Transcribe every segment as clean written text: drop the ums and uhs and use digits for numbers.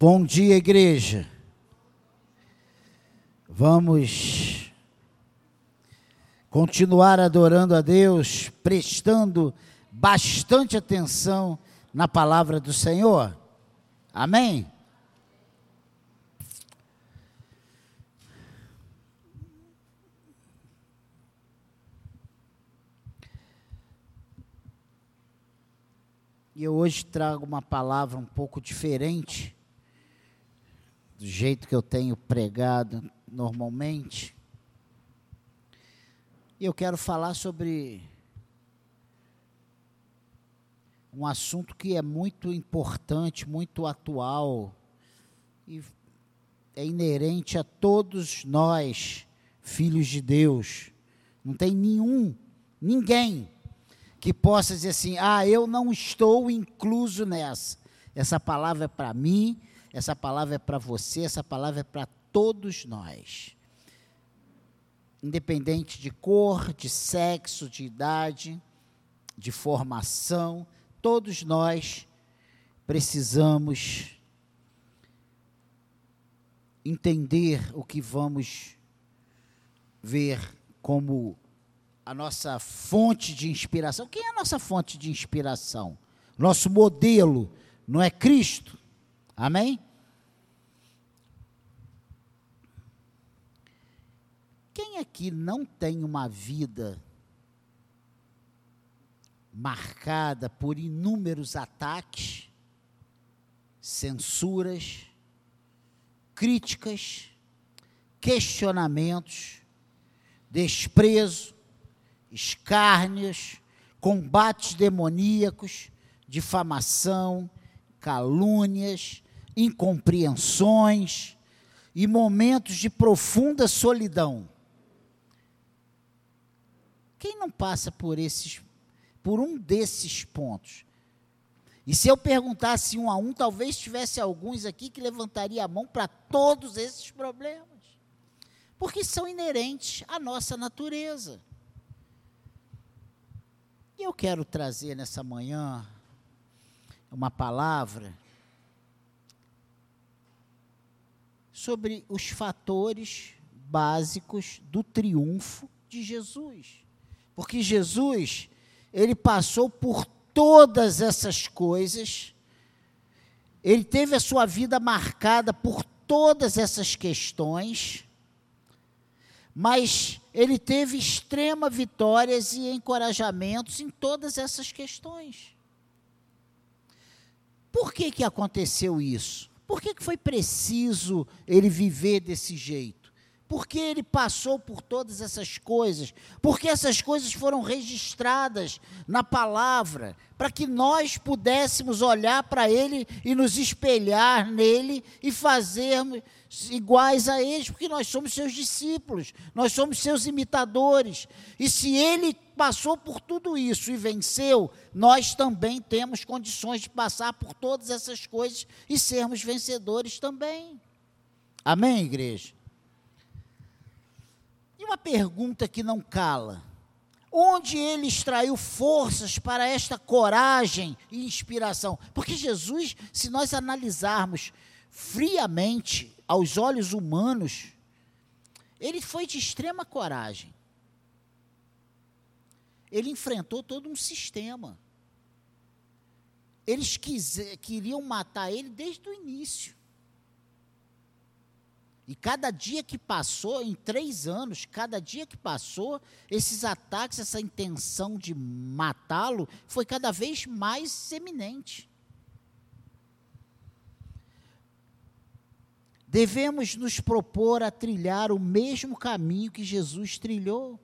Bom dia, igreja. Vamos continuar adorando a Deus, prestando bastante atenção na palavra do Senhor. Amém? E eu hoje trago uma palavra um pouco diferente do jeito que eu tenho pregado normalmente. E eu quero falar sobre um assunto que é muito importante, muito atual, e é inerente a todos nós, filhos de Deus. Não tem ninguém que possa dizer assim, eu não estou incluso nessa. Essa palavra é para mim, essa palavra é para você, essa palavra é para todos nós. Independente de cor, de sexo, de idade, de formação, todos nós precisamos entender o que vamos ver como a nossa fonte de inspiração. Quem é a nossa fonte de inspiração? Nosso modelo não é Cristo? Amém? Quem aqui não tem uma vida marcada por inúmeros ataques, censuras, críticas, questionamentos, desprezo, escárnios, combates demoníacos, difamação, calúnias, incompreensões e momentos de profunda solidão? Quem não passa por um desses pontos? E se eu perguntasse um a um, talvez tivesse alguns aqui que levantaria a mão para todos esses problemas, porque são inerentes à nossa natureza. E eu quero trazer nessa manhã uma palavra sobre os fatores básicos do triunfo de Jesus. Porque Jesus, ele passou por todas essas coisas, ele teve a sua vida marcada por todas essas questões, mas ele teve extrema vitórias e encorajamentos em todas essas questões. Por que aconteceu isso? Por que foi preciso ele viver desse jeito? Por que ele passou por todas essas coisas? Porque essas coisas foram registradas na palavra, para que nós pudéssemos olhar para ele e nos espelhar nele e fazermos iguais a eles, porque nós somos seus discípulos, nós somos seus imitadores. E se ele passou por tudo isso e venceu, nós também temos condições de passar por todas essas coisas e sermos vencedores também. Amém, igreja? E uma pergunta que não cala: onde ele extraiu forças para esta coragem e inspiração? Porque Jesus, se nós analisarmos friamente, aos olhos humanos, ele foi de extrema coragem. Ele enfrentou todo um sistema. Eles queriam matar ele desde o início. E cada dia que passou, em 3 anos, cada dia que passou, esses ataques, essa intenção de matá-lo, foi cada vez mais eminente. Devemos nos propor a trilhar o mesmo caminho que Jesus trilhou.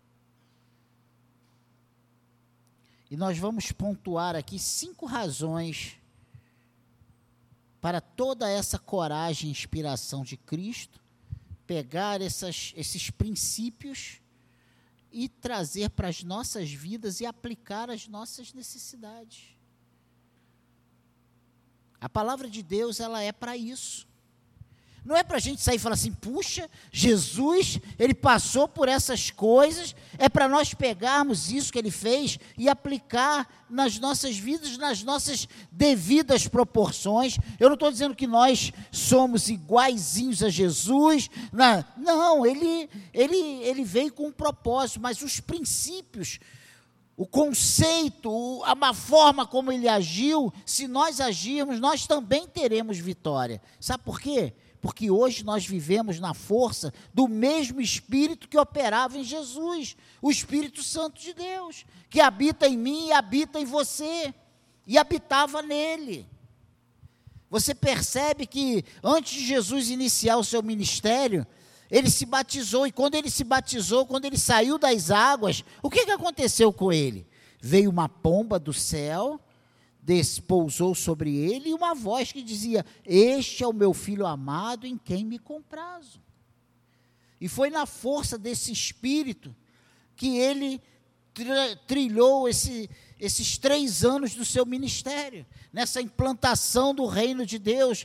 E nós vamos pontuar aqui 5 razões para toda essa coragem e inspiração de Cristo, pegar esses princípios e trazer para as nossas vidas e aplicar às nossas necessidades. A palavra de Deus, ela é para isso. Não é para a gente sair e falar assim, puxa, Jesus, ele passou por essas coisas, é para nós pegarmos isso que ele fez e aplicar nas nossas vidas, nas nossas devidas proporções. Eu não estou dizendo que nós somos iguaizinhos a Jesus, não, ele veio com um propósito, mas os princípios, o conceito, a forma como ele agiu, se nós agirmos, nós também teremos vitória. Sabe por quê? Porque hoje nós vivemos na força do mesmo Espírito que operava em Jesus, o Espírito Santo de Deus, que habita em mim e habita em você, e habitava nele. Você percebe que antes de Jesus iniciar o seu ministério, ele se batizou, e quando ele se batizou, quando ele saiu das águas, o que aconteceu com ele? Veio uma pomba do céu, despousou sobre ele, e uma voz que dizia, este é o meu filho amado, em quem me comprazo. E foi na força desse Espírito que ele trilhou esses 3 anos do seu ministério, nessa implantação do reino de Deus,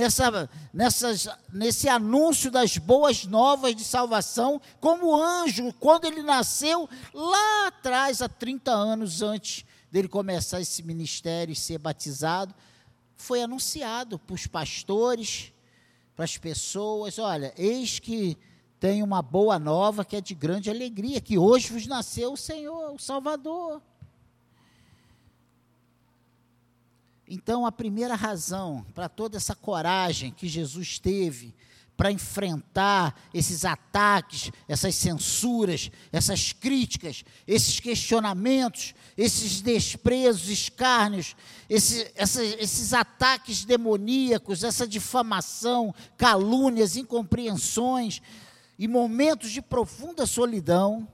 nesse anúncio das boas novas de salvação, como anjo, quando ele nasceu, lá atrás, há 30 anos antes dele começar esse ministério e ser batizado, foi anunciado para os pastores, para as pessoas, olha, eis que tem uma boa nova que é de grande alegria, que hoje vos nasceu o Senhor, o Salvador. Então, a primeira razão para toda essa coragem que Jesus teve para enfrentar esses ataques, essas censuras, essas críticas, esses questionamentos, esses desprezos, escárnios, esses ataques demoníacos, essa difamação, calúnias, incompreensões e momentos de profunda solidão.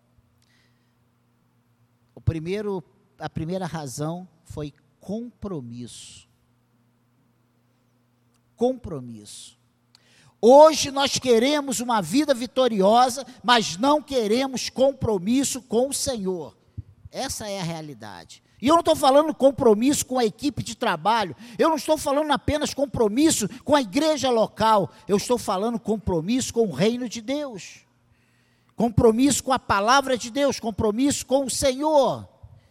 A primeira razão foi compromisso. Compromisso. Hoje nós queremos uma vida vitoriosa, mas não queremos compromisso com o Senhor. Essa é a realidade. E eu não estou falando compromisso com a equipe de trabalho, eu não estou falando apenas compromisso com a igreja local, eu estou falando compromisso com o reino de Deus, compromisso com a palavra de Deus, compromisso com o Senhor.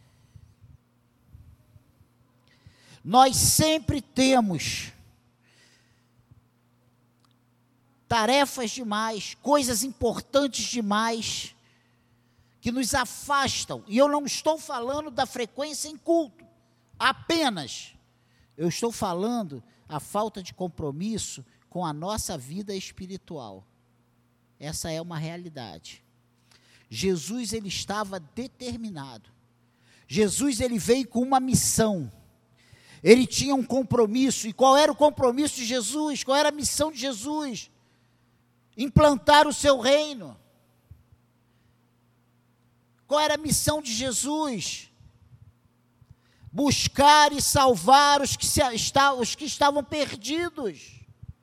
Nós sempre temos tarefas demais, coisas importantes demais, que nos afastam, e eu não estou falando da frequência em culto, apenas, eu estou falando a falta de compromisso com a nossa vida espiritual. Essa é uma realidade. Jesus, ele estava determinado, Jesus, ele veio com uma missão, ele tinha um compromisso, e qual era o compromisso de Jesus? Qual era a missão de Jesus? Implantar o seu reino. Qual era a missão de Jesus? Buscar e salvar os que estavam perdidos.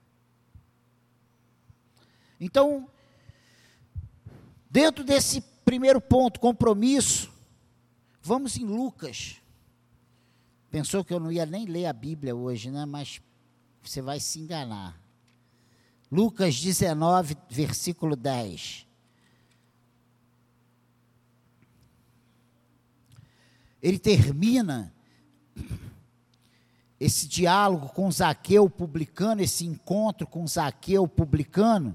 Então, dentro desse primeiro ponto, compromisso, vamos em Lucas. Pensou que eu não ia nem ler a Bíblia hoje, né? Mas você vai se enganar. Lucas 19, versículo 10. Ele termina esse diálogo com Zaqueu publicano, esse encontro com Zaqueu publicano,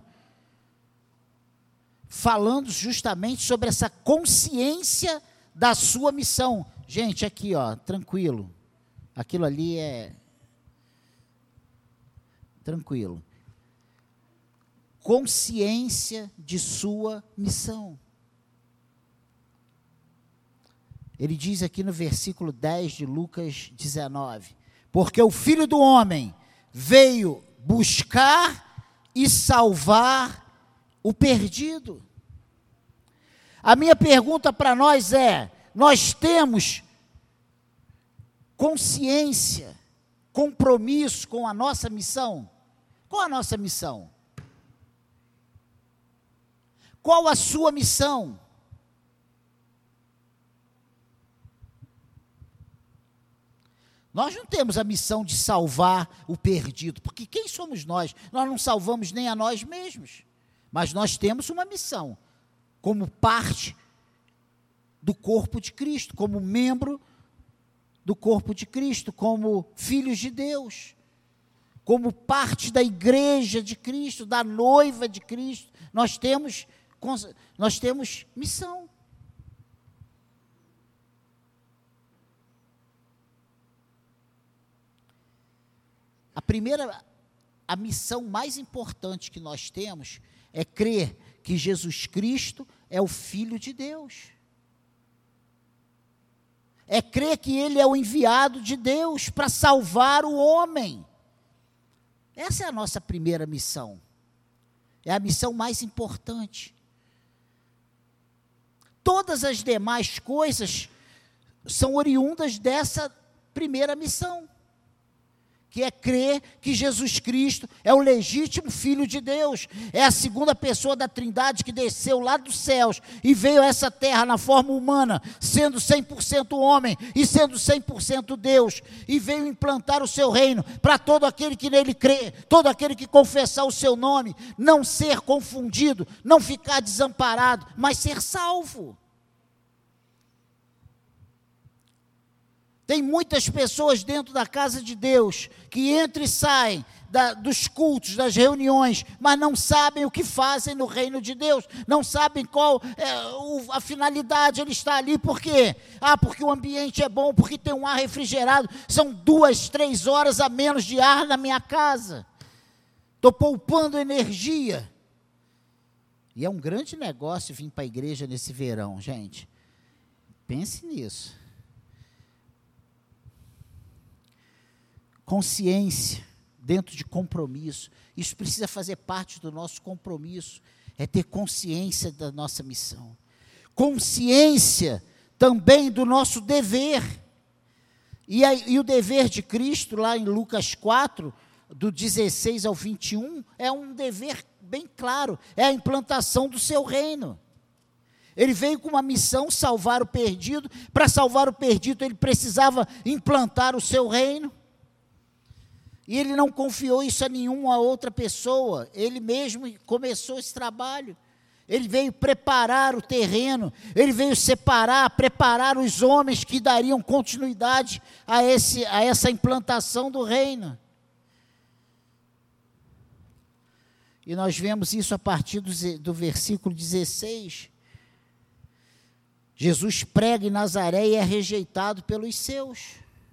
falando justamente sobre essa consciência da sua missão. Gente, aqui, ó, tranquilo. Aquilo ali é tranquilo. Consciência de sua missão. Ele diz aqui no versículo 10 de Lucas 19, porque o Filho do Homem veio buscar e salvar o perdido. A minha pergunta para nós é, nós temos consciência, compromisso com a nossa missão? Qual a nossa missão? Qual a sua missão? Nós não temos a missão de salvar o perdido, porque quem somos nós? Nós não salvamos nem a nós mesmos, mas nós temos uma missão, como parte do corpo de Cristo, como membro do corpo de Cristo, como filhos de Deus, como parte da igreja de Cristo, da noiva de Cristo. Nós temos missão. A missão mais importante que nós temos é crer que Jesus Cristo é o Filho de Deus. É crer que Ele é o enviado de Deus para salvar o homem. Essa é a nossa primeira missão. É a missão mais importante. Todas as demais coisas são oriundas dessa primeira missão, que é crer que Jesus Cristo é o legítimo Filho de Deus, é a segunda pessoa da Trindade que desceu lá dos céus e veio a essa terra na forma humana, sendo 100% homem e sendo 100% Deus, e veio implantar o seu reino para todo aquele que nele crê, todo aquele que confessar o seu nome, não ser confundido, não ficar desamparado, mas ser salvo. Tem muitas pessoas dentro da casa de Deus que entram e saem dos cultos, das reuniões, mas não sabem o que fazem no reino de Deus, não sabem qual é a finalidade. Ele está ali por quê? Porque o ambiente é bom, porque tem um ar refrigerado, são 2, 3 horas a menos de ar na minha casa, estou poupando energia. E é um grande negócio vir para a igreja nesse verão, gente, pense nisso. Consciência, dentro de compromisso, isso precisa fazer parte do nosso compromisso, é ter consciência da nossa missão, consciência também do nosso dever, e o dever de Cristo, lá em Lucas 4, do 16 ao 21, é um dever bem claro, é a implantação do seu reino. Ele veio com uma missão, salvar o perdido. Para salvar o perdido, ele precisava implantar o seu reino. E ele não confiou isso a nenhuma outra pessoa, ele mesmo começou esse trabalho. Ele veio preparar o terreno, ele veio preparar os homens que dariam continuidade a essa implantação do reino. E nós vemos isso a partir do versículo 16. Jesus prega em Nazaré e é rejeitado pelos seus.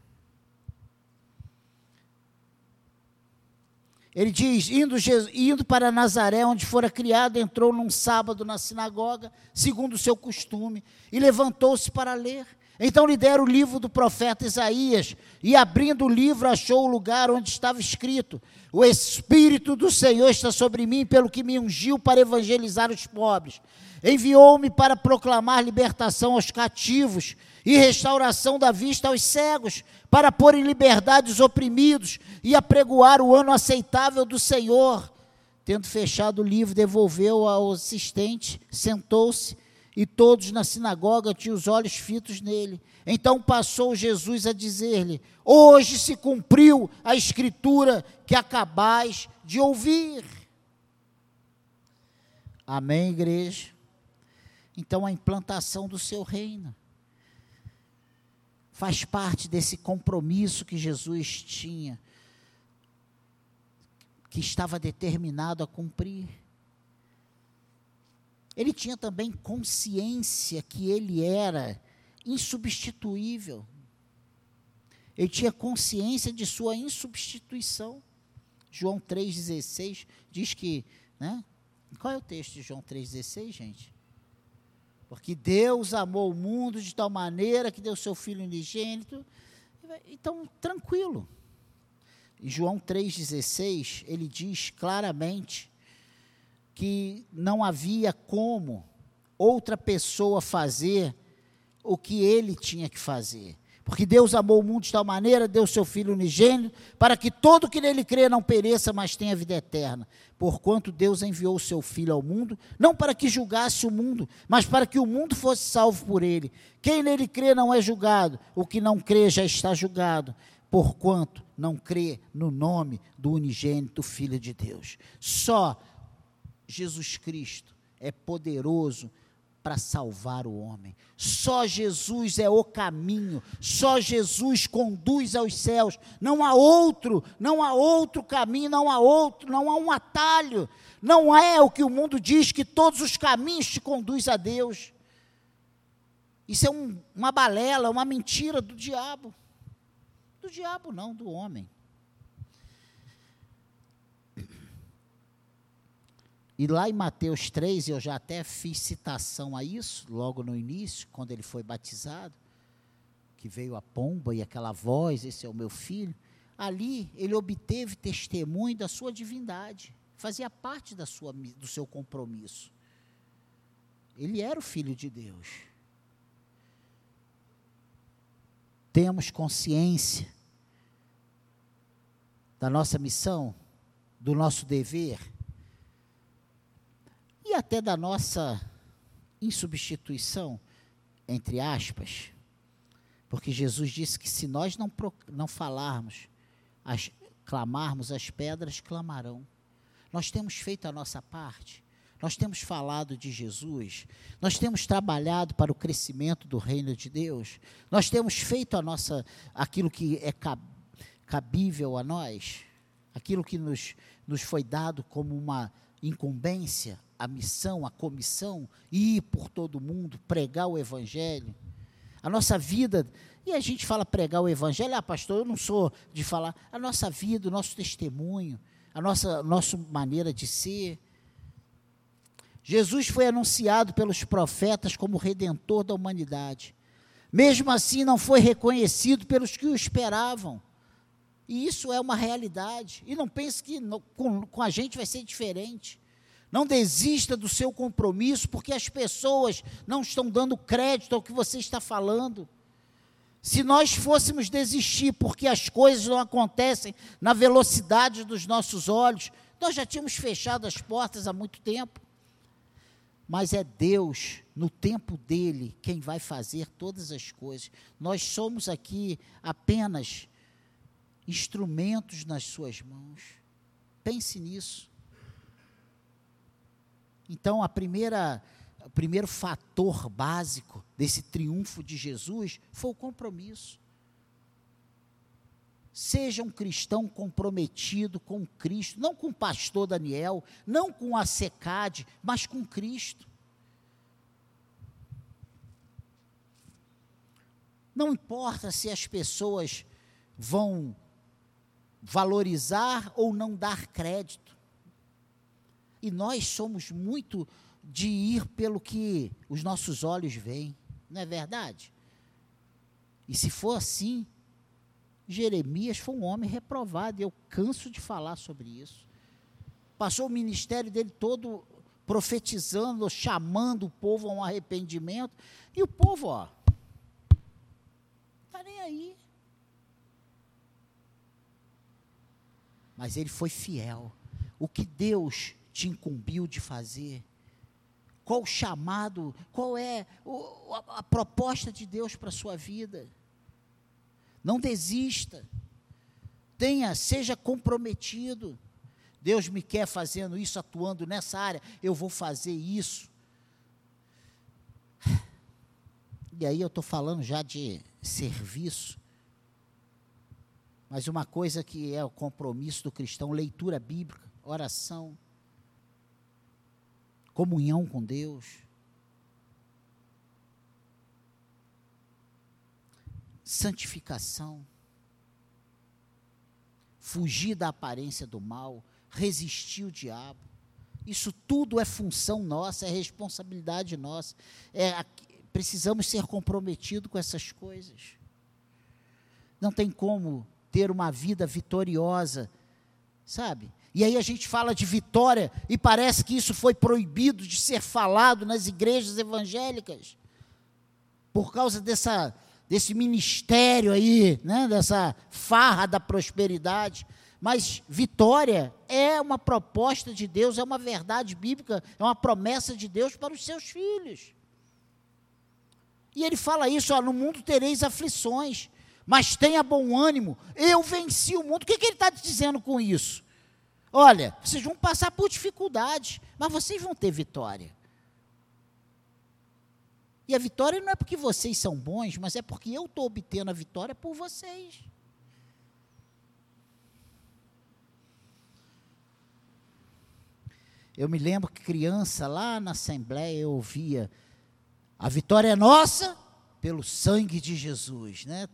Ele diz, indo para Nazaré, onde fora criado, entrou num sábado na sinagoga, segundo o seu costume, e levantou-se para ler. Então lhe deram o livro do profeta Isaías, e abrindo o livro, achou o lugar onde estava escrito: o Espírito do Senhor está sobre mim, pelo que me ungiu para evangelizar os pobres. Enviou-me para proclamar libertação aos cativos e restauração da vista aos cegos, para pôr em liberdade os oprimidos e apregoar o ano aceitável do Senhor. Tendo fechado o livro, devolveu ao assistente, sentou-se, e todos na sinagoga tinham os olhos fitos nele. Então passou Jesus a dizer-lhe: hoje se cumpriu a escritura que acabais de ouvir. Amém, igreja? Então a implantação do seu reino faz parte desse compromisso que Jesus tinha, que estava determinado a cumprir. Ele tinha também consciência que ele era insubstituível. Ele tinha consciência de sua insubstituição. João 3,16 diz que, né? Qual é o texto de João 3,16, gente? Porque Deus amou o mundo de tal maneira que deu seu Filho unigênito. Então, tranquilo. Em João 3,16, ele diz claramente que não havia como outra pessoa fazer o que ele tinha que fazer. Porque Deus amou o mundo de tal maneira, deu seu Filho unigênito, para que todo que nele crê não pereça, mas tenha vida eterna. Porquanto Deus enviou o seu Filho ao mundo, não para que julgasse o mundo, mas para que o mundo fosse salvo por ele. Quem nele crê não é julgado, o que não crê já está julgado, porquanto não crê no nome do unigênito Filho de Deus. Só Jesus Cristo é poderoso para salvar o homem. Só Jesus é o caminho, só Jesus conduz aos céus. Não há outro caminho, não há um atalho. Não é o que o mundo diz, que todos os caminhos te conduzem a Deus. Isso é uma balela, uma mentira do diabo. Do diabo não, do homem. E lá em Mateus 3, eu já até fiz citação a isso, logo no início, quando ele foi batizado, que veio a pomba e aquela voz, esse é o meu filho. Ali ele obteve testemunho da sua divindade, fazia parte do seu compromisso. Ele era o Filho de Deus. Temos consciência da nossa missão, do nosso dever, e até da nossa insubstituição, entre aspas, porque Jesus disse que se nós não falarmos, clamarmos, as pedras clamarão. Nós temos feito a nossa parte, nós temos falado de Jesus, nós temos trabalhado para o crescimento do reino de Deus, nós temos feito aquilo que é cabível a nós, aquilo que nos foi dado como uma incumbência, a missão, a comissão, ir por todo mundo, pregar o evangelho. A nossa vida, e a gente fala pregar o evangelho, pastor, eu não sou de falar, a nossa vida, o nosso testemunho, a nossa maneira de ser. Jesus foi anunciado pelos profetas como Redentor da humanidade. Mesmo assim, não foi reconhecido pelos que o esperavam. E isso é uma realidade. E não pense que com a gente vai ser diferente. Não desista do seu compromisso, porque as pessoas não estão dando crédito ao que você está falando. Se nós fôssemos desistir porque as coisas não acontecem na velocidade dos nossos olhos, nós já tínhamos fechado as portas há muito tempo. Mas é Deus, no tempo dele, quem vai fazer todas as coisas. Nós somos aqui apenas instrumentos nas suas mãos. Pense nisso. Então, o primeiro fator básico desse triunfo de Jesus foi o compromisso. Seja um cristão comprometido com Cristo, não com o pastor Daniel, não com a SECAD, mas com Cristo. Não importa se as pessoas vão valorizar ou não dar crédito. E nós somos muito de ir pelo que os nossos olhos veem, não é verdade? E se for assim, Jeremias foi um homem reprovado, eu canso de falar sobre isso. Passou o ministério dele todo profetizando, chamando o povo a um arrependimento, e o povo, está nem aí. Mas ele foi fiel. O que Deus te incumbiu de fazer? Qual o chamado, qual é a proposta de Deus para a sua vida? Não desista, seja comprometido. Deus me quer fazendo isso, atuando nessa área, eu vou fazer isso. E aí eu estou falando já de serviço, mas uma coisa que é o compromisso do cristão: leitura bíblica, oração, comunhão com Deus, santificação, fugir da aparência do mal, resistir o diabo. Isso tudo é função nossa, é responsabilidade nossa. Precisamos ser comprometidos com essas coisas. Não tem como ter uma vida vitoriosa, sabe? E aí a gente fala de vitória e parece que isso foi proibido de ser falado nas igrejas evangélicas, por causa desse ministério aí, né, dessa farra da prosperidade. Mas vitória é uma proposta de Deus, é uma verdade bíblica, é uma promessa de Deus para os seus filhos. E ele fala isso: no mundo tereis aflições, mas tenha bom ânimo, eu venci o mundo. O que ele está dizendo com isso? Olha, vocês vão passar por dificuldades, mas vocês vão ter vitória. E a vitória não é porque vocês são bons, mas é porque eu estou obtendo a vitória por vocês. Eu me lembro que criança, lá na Assembleia, eu ouvia: a vitória é nossa pelo sangue de Jesus, né?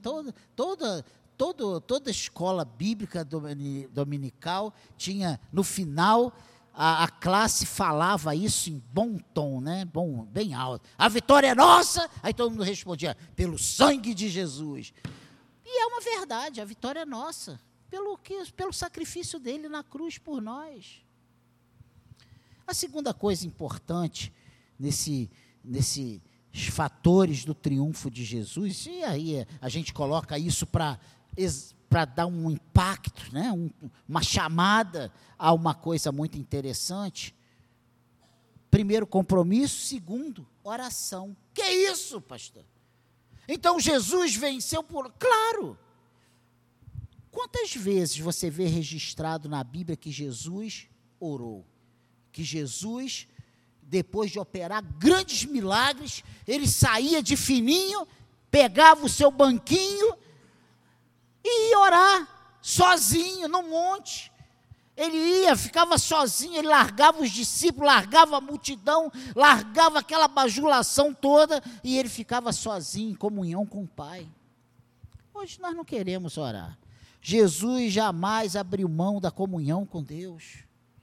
Toda escola bíblica dominical tinha, no final, a classe falava isso em bom tom, né? Bem alto. A vitória é nossa, aí todo mundo respondia: pelo sangue de Jesus. E é uma verdade, a vitória é nossa, pelo sacrifício dele na cruz por nós. A segunda coisa importante nesses fatores do triunfo de Jesus, e aí a gente coloca isso para dar um impacto, né? Uma chamada a uma coisa muito interessante. Primeiro, compromisso. Segundo, oração. Que isso, pastor? Então Jesus venceu por... Claro! Quantas vezes você vê registrado na Bíblia que Jesus orou? Que Jesus, depois de operar grandes milagres, ele saía de fininho, pegava o seu banquinho e ia orar, sozinho, no monte. Ele ia, ficava sozinho, ele largava os discípulos, largava a multidão, largava aquela bajulação toda, e ele ficava sozinho, em comunhão com o Pai. Hoje nós não queremos orar. Jesus jamais abriu mão da comunhão com Deus.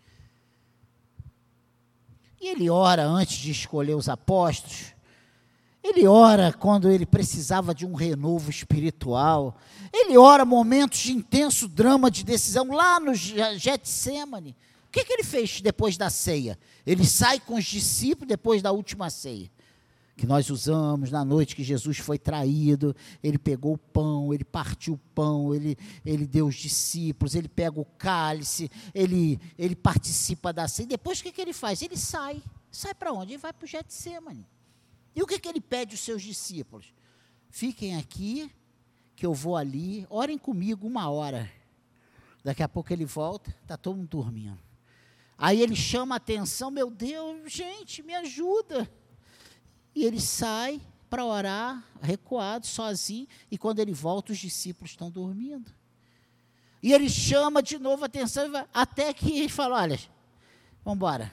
E ele ora antes de escolher os apóstolos. Ele ora quando ele precisava de um renovo espiritual. Ele ora momentos de intenso drama de decisão, lá no Getsêmani. O que ele fez depois da ceia? Ele sai com os discípulos depois da última ceia, que nós usamos na noite que Jesus foi traído. Ele pegou o pão, ele partiu o pão, ele deu os discípulos, ele pega o cálice, ele participa da ceia. Depois o que ele faz? Ele sai para onde? Ele vai para o Getsêmani. E o que ele pede aos seus discípulos? Fiquem aqui, que eu vou ali, orem comigo 1 hora. Daqui a pouco ele volta, está todo mundo dormindo. Aí ele chama a atenção: meu Deus, gente, me ajuda. E ele sai para orar, recuado, sozinho, e quando ele volta, os discípulos estão dormindo. E ele chama de novo a atenção, até que ele fala: olha, vamos embora.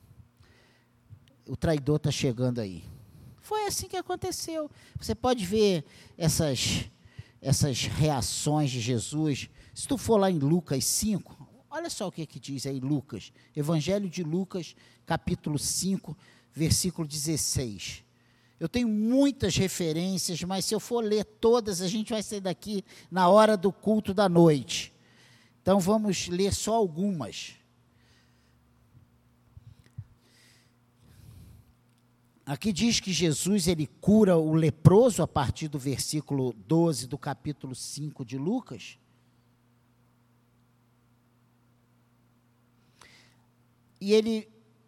O traidor está chegando aí. Foi assim que aconteceu. Você pode ver essas reações de Jesus. Se tu for lá em Lucas 5, olha só o que diz aí Lucas, Evangelho de Lucas, capítulo 5, versículo 16. Eu tenho muitas referências, mas se eu for ler todas, a gente vai sair daqui na hora do culto da noite. Então vamos ler só algumas. Aqui diz que Jesus, ele cura o leproso a partir do versículo 12 do capítulo 5 de Lucas. E ele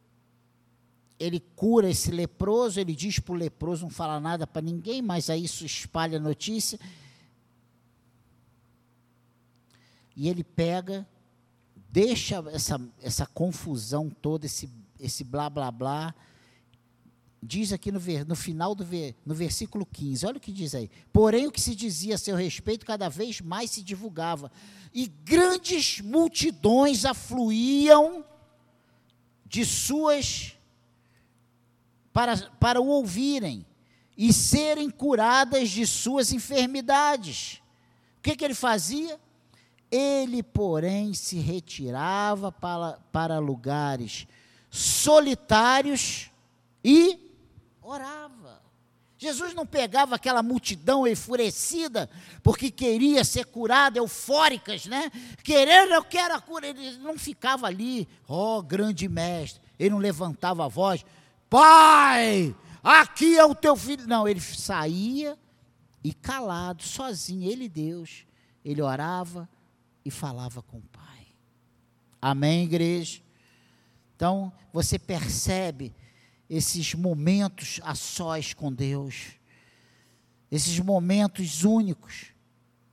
cura esse leproso, ele diz para o leproso não falar nada para ninguém, mas aí isso espalha a notícia. E ele pega, deixa essa confusão toda, esse blá, blá, blá. Diz aqui no final no versículo 15, olha o que diz aí: porém o que se dizia a seu respeito cada vez mais se divulgava, e grandes multidões afluíam de suas para o ouvirem e serem curadas de suas enfermidades. O que ele fazia? Ele, porém, se retirava para lugares solitários e orava. Jesus não pegava aquela multidão enfurecida porque queria ser curada, eufóricas, né? Eu quero a cura. Ele não ficava ali, grande mestre. Ele não levantava a voz: Pai, aqui é o teu filho. Não, ele saía e calado, sozinho, ele e Deus. Ele orava e falava com o Pai. Amém, igreja? Então, você percebe esses momentos a sós com Deus, esses momentos únicos.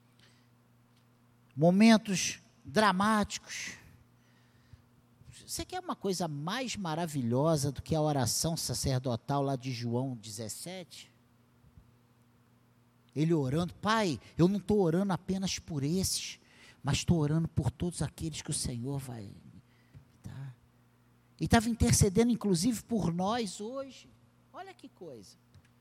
momentos dramáticos. Você quer uma coisa mais maravilhosa do que a oração sacerdotal lá de João 17? Ele orando, Pai, eu não estou orando apenas por esses, mas estou orando por todos aqueles que o Senhor vai dar. E estava intercedendo, inclusive, por nós hoje. Olha que coisa.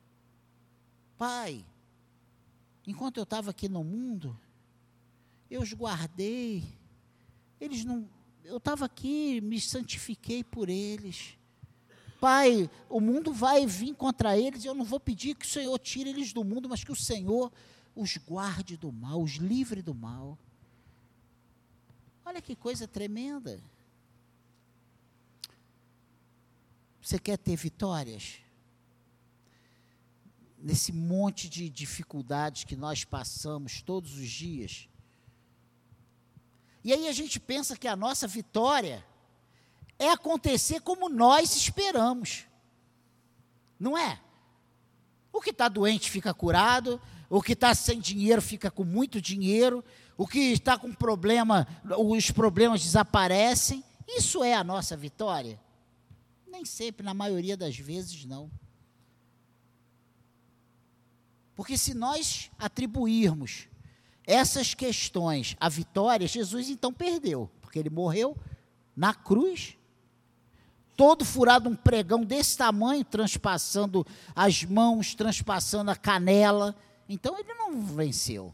Pai, enquanto eu estava aqui no mundo, eu os guardei, eu estava aqui, me santifiquei por eles. Pai, o mundo vai vir contra eles, eu não vou pedir que o Senhor tire eles do mundo, mas que o Senhor os guarde do mal, os livre do mal. Olha que coisa tremenda. Você quer ter vitórias? Nesse monte de dificuldades que nós passamos todos os dias. E aí a gente pensa que a nossa vitória é acontecer como nós esperamos. Não é? O que está doente fica curado, o que está sem dinheiro fica com muito dinheiro, o que está com problema, os problemas desaparecem. Isso é a nossa vitória? Nem sempre, na maioria das vezes, não. Porque se nós atribuirmos essas questões à vitória, Jesus então perdeu, porque ele morreu na cruz, todo furado, um pregão desse tamanho, transpassando as mãos, transpassando a canela. Então ele não venceu.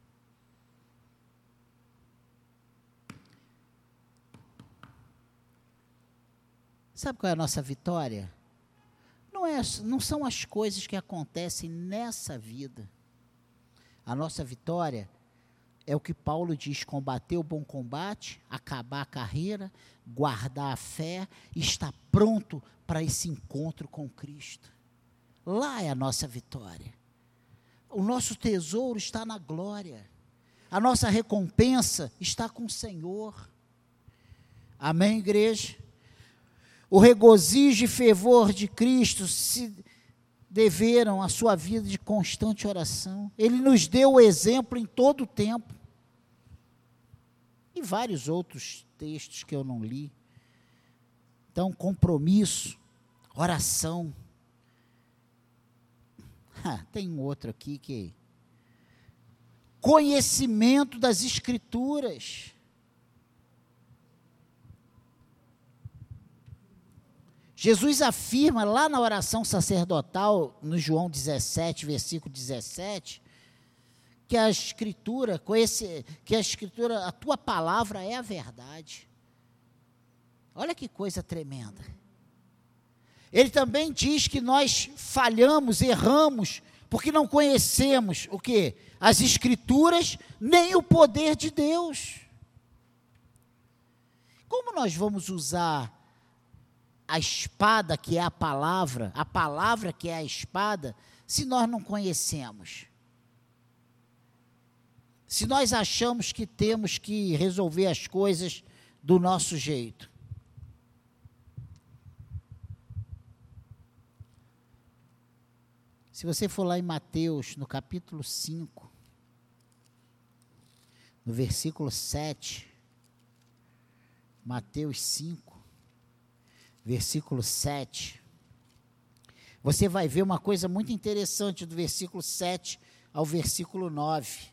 Sabe qual é a nossa vitória? Não são as coisas que acontecem nessa vida. A nossa vitória é o que Paulo diz: combater o bom combate, acabar a carreira, guardar a fé, estar pronto para esse encontro com Cristo. Lá é a nossa vitória. O nosso tesouro está na glória. A nossa recompensa está com o Senhor. Amém, igreja? O regozijo e fervor de Cristo se deveram à sua vida de constante oração. Ele nos deu o exemplo em todo o tempo. E vários outros textos que eu não li. Então, compromisso, oração. Tem um outro aqui que... conhecimento das Escrituras. Jesus afirma lá na oração sacerdotal, no João 17, versículo 17, que a Escritura, a tua palavra é a verdade. Olha que coisa tremenda. Ele também diz que nós falhamos, erramos, porque não conhecemos o quê? As Escrituras, nem o poder de Deus. Como nós vamos usar a espada que é a palavra que é a espada, se nós não conhecemos? Se nós achamos que temos que resolver as coisas do nosso jeito. Se você for lá em Mateus, no capítulo 5, no versículo 7, Mateus 5, versículo 7, você vai ver uma coisa muito interessante do versículo 7 ao versículo 9.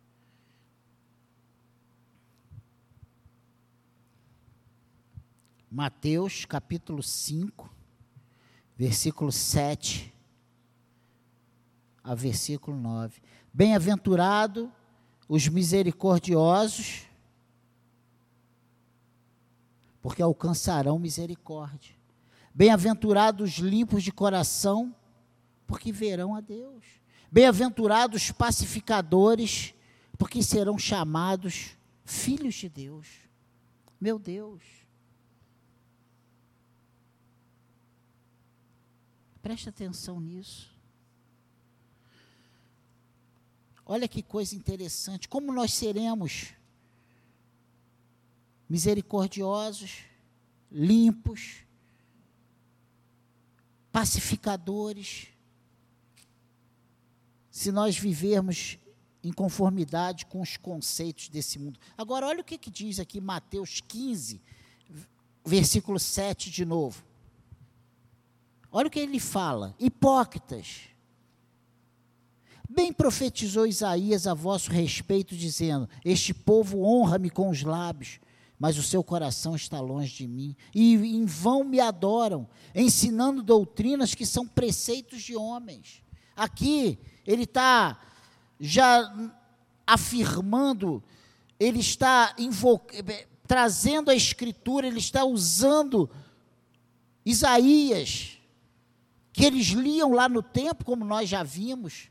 Mateus, capítulo 5, versículo 7 a versículo 9. Bem-aventurado os misericordiosos, porque alcançarão misericórdia. Bem-aventurados os limpos de coração, porque verão a Deus. Bem-aventurados os pacificadores, porque serão chamados filhos de Deus. Meu Deus. Preste atenção nisso. Olha que coisa interessante, como nós seremos misericordiosos, limpos, pacificadores, se nós vivermos em conformidade com os conceitos desse mundo. Agora, olha o que diz aqui Mateus 15, versículo 7 de novo. Olha o que ele fala: hipócritas, bem profetizou Isaías a vosso respeito, dizendo: este povo honra-me com os lábios, mas o seu coração está longe de mim, e em vão me adoram, ensinando doutrinas que são preceitos de homens. Aqui, ele está já afirmando, ele está trazendo a Escritura, ele está usando Isaías, que eles liam lá no templo, como nós já vimos,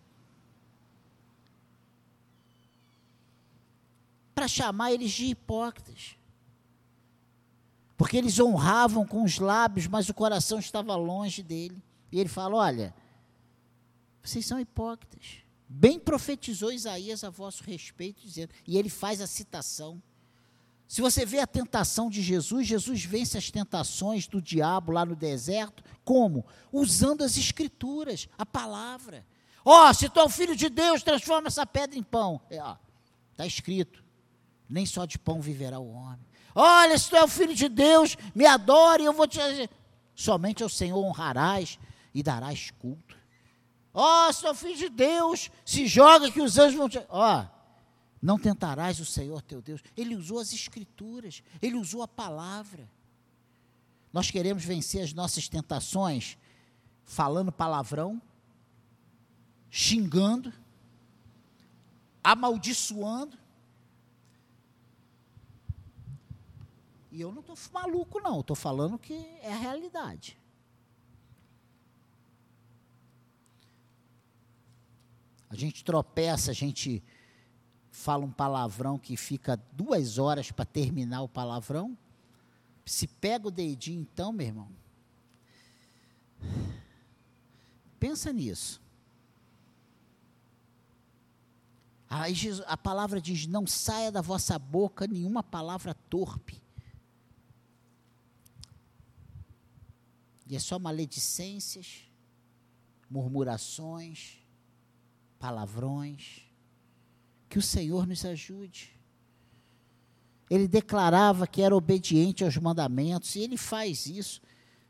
para chamar eles de hipócritas. Porque eles honravam com os lábios, mas o coração estava longe dele. E ele fala: olha, vocês são hipócritas. Bem profetizou Isaías a vosso respeito, dizendo, e ele faz a citação. Se você vê a tentação de Jesus, Jesus vence as tentações do diabo lá no deserto, como? Usando as Escrituras, a palavra. Se tu é o Filho de Deus, transforma essa pedra em pão. Está escrito: nem só de pão viverá o homem. Olha, se tu é o Filho de Deus, me adore, eu vou te... Somente ao Senhor honrarás e darás culto. Se tu é o Filho de Deus, se joga que os anjos vão te... não tentarás o Senhor teu Deus. Ele usou as Escrituras, ele usou a palavra. Nós queremos vencer as nossas tentações falando palavrão, xingando, amaldiçoando. E eu não estou maluco, não. Estou falando que é a realidade. A gente tropeça, a gente fala um palavrão que fica 2 horas para terminar o palavrão. Se pega o dedinho, então, meu irmão, pensa nisso. Aí a palavra diz: não saia da vossa boca nenhuma palavra torpe. E é só maledicências, murmurações, palavrões. Que o Senhor nos ajude. Ele declarava que era obediente aos mandamentos, e ele faz isso.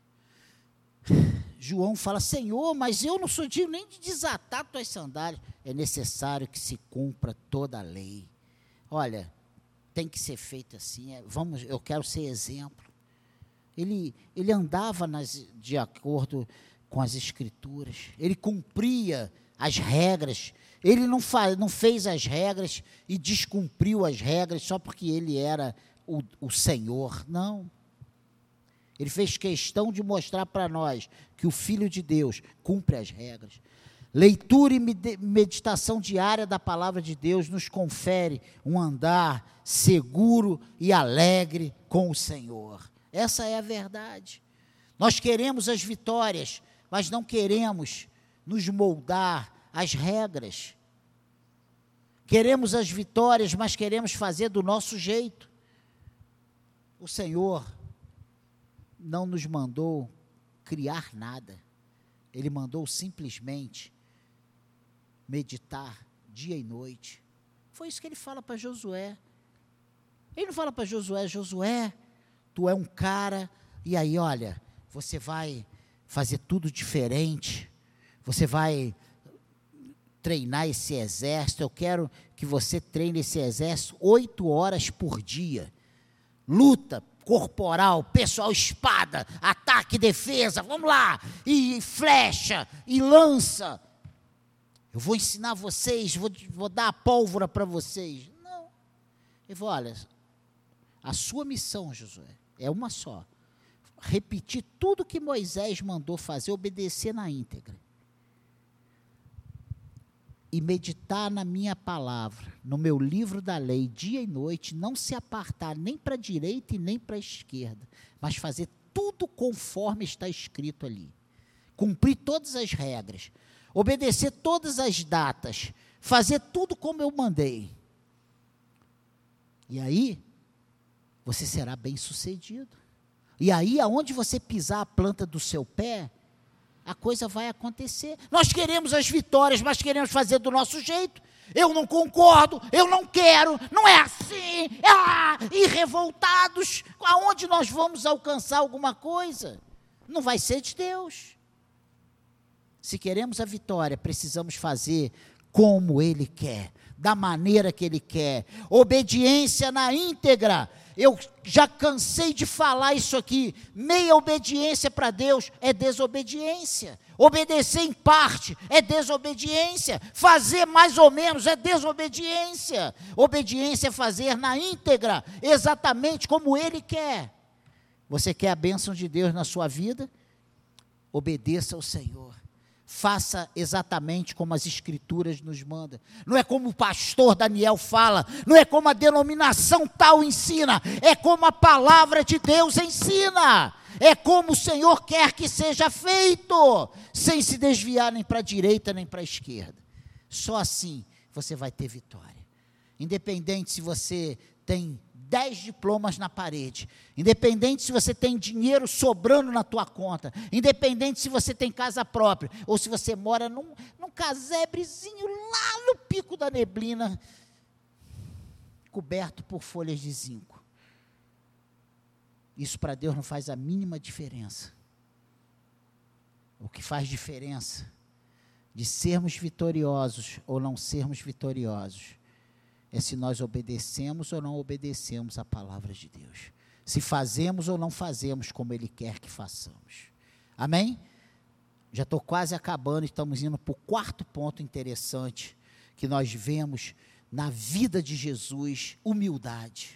João fala: Senhor, mas eu não sou digno nem de desatar tuas sandálias. É necessário que se cumpra toda a lei. Olha, tem que ser feito assim. Eu quero ser exemplo. Ele andava de acordo com as Escrituras. Ele cumpria as regras. Ele não fez as regras e descumpriu as regras só porque ele era o Senhor. Não. Ele fez questão de mostrar para nós que o Filho de Deus cumpre as regras. Leitura e meditação diária da palavra de Deus nos confere um andar seguro e alegre com o Senhor. Essa é a verdade. Nós queremos as vitórias, mas não queremos nos moldar às regras. Queremos as vitórias, mas queremos fazer do nosso jeito. O Senhor não nos mandou criar nada. Ele mandou simplesmente meditar dia e noite. Foi isso que ele fala para Josué. Ele não fala para Josué: Josué, tu é um cara, e aí, olha, você vai fazer tudo diferente, você vai treinar esse exército, eu quero que você treine esse exército 8 horas por dia, luta corporal, pessoal, espada, ataque, defesa, vamos lá, e flecha, e lança, eu vou ensinar vocês, vou dar a pólvora para vocês. Não, ele falou: olha, a sua missão, Josué, é uma só: repetir tudo que Moisés mandou fazer, obedecer na íntegra. E meditar na minha palavra, no meu livro da lei, dia e noite, não se apartar nem para a direita e nem para a esquerda, mas fazer tudo conforme está escrito ali. Cumprir todas as regras, obedecer todas as datas, fazer tudo como eu mandei. E aí, você será bem-sucedido. E aí, aonde você pisar a planta do seu pé, a coisa vai acontecer. Nós queremos as vitórias, mas queremos fazer do nosso jeito. eu não concordo, eu não quero, não é assim, e revoltados, aonde nós vamos alcançar alguma coisa? Não vai ser de Deus. Se queremos a vitória, precisamos fazer como Ele quer, da maneira que Ele quer, obediência na íntegra. Eu já cansei de falar isso aqui, meia obediência para Deus é desobediência, obedecer em parte é desobediência, fazer mais ou menos é desobediência, obediência é fazer na íntegra, exatamente como Ele quer. Você quer a bênção de Deus na sua vida? Obedeça ao Senhor. Faça exatamente como as Escrituras nos mandam. Não é como o pastor Daniel fala, não é como a denominação tal ensina, é como a palavra de Deus ensina. É como o Senhor quer que seja feito, sem se desviar nem para a direita nem para a esquerda. Só assim você vai ter vitória. Independente se você tem 10 diplomas na parede, independente se você tem dinheiro sobrando na tua conta, independente se você tem casa própria, ou se você mora num casebrezinho lá no pico da neblina, coberto por folhas de zinco. Isso para Deus não faz a mínima diferença. O que faz diferença de sermos vitoriosos ou não sermos vitoriosos é se nós obedecemos ou não obedecemos a palavra de Deus. Se fazemos ou não fazemos como Ele quer que façamos. Amém? Já estou quase acabando, estamos indo para o quarto ponto interessante que nós vemos na vida de Jesus: humildade.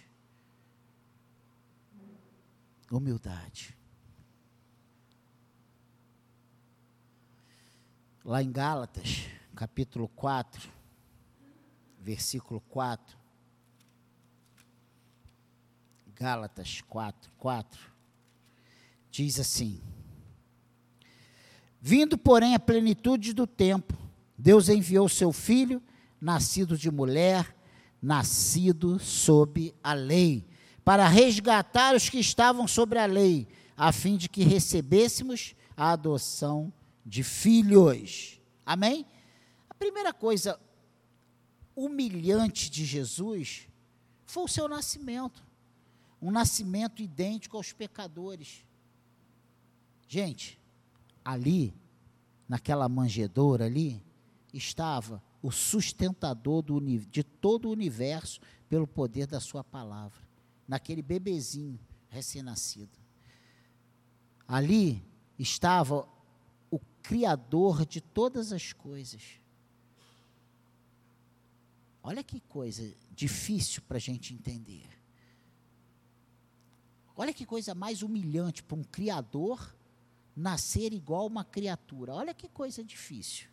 Humildade. Lá em Gálatas, capítulo 4, versículo 4, Gálatas 4, diz assim: vindo, porém, a plenitude do tempo, Deus enviou seu Filho, nascido de mulher, nascido sob a lei, para resgatar os que estavam sobre a lei, a fim de que recebêssemos a adoção de filhos. Amém? A primeira coisa humilhante de Jesus foi o seu nascimento, um nascimento idêntico aos pecadores. Gente, ali, naquela manjedoura ali, estava o sustentador de todo o universo pelo poder da sua palavra, naquele bebezinho recém-nascido. Ali estava o Criador de todas as coisas. Olha que coisa difícil para a gente entender. Olha que coisa mais humilhante para um Criador nascer igual uma criatura. Olha que coisa difícil.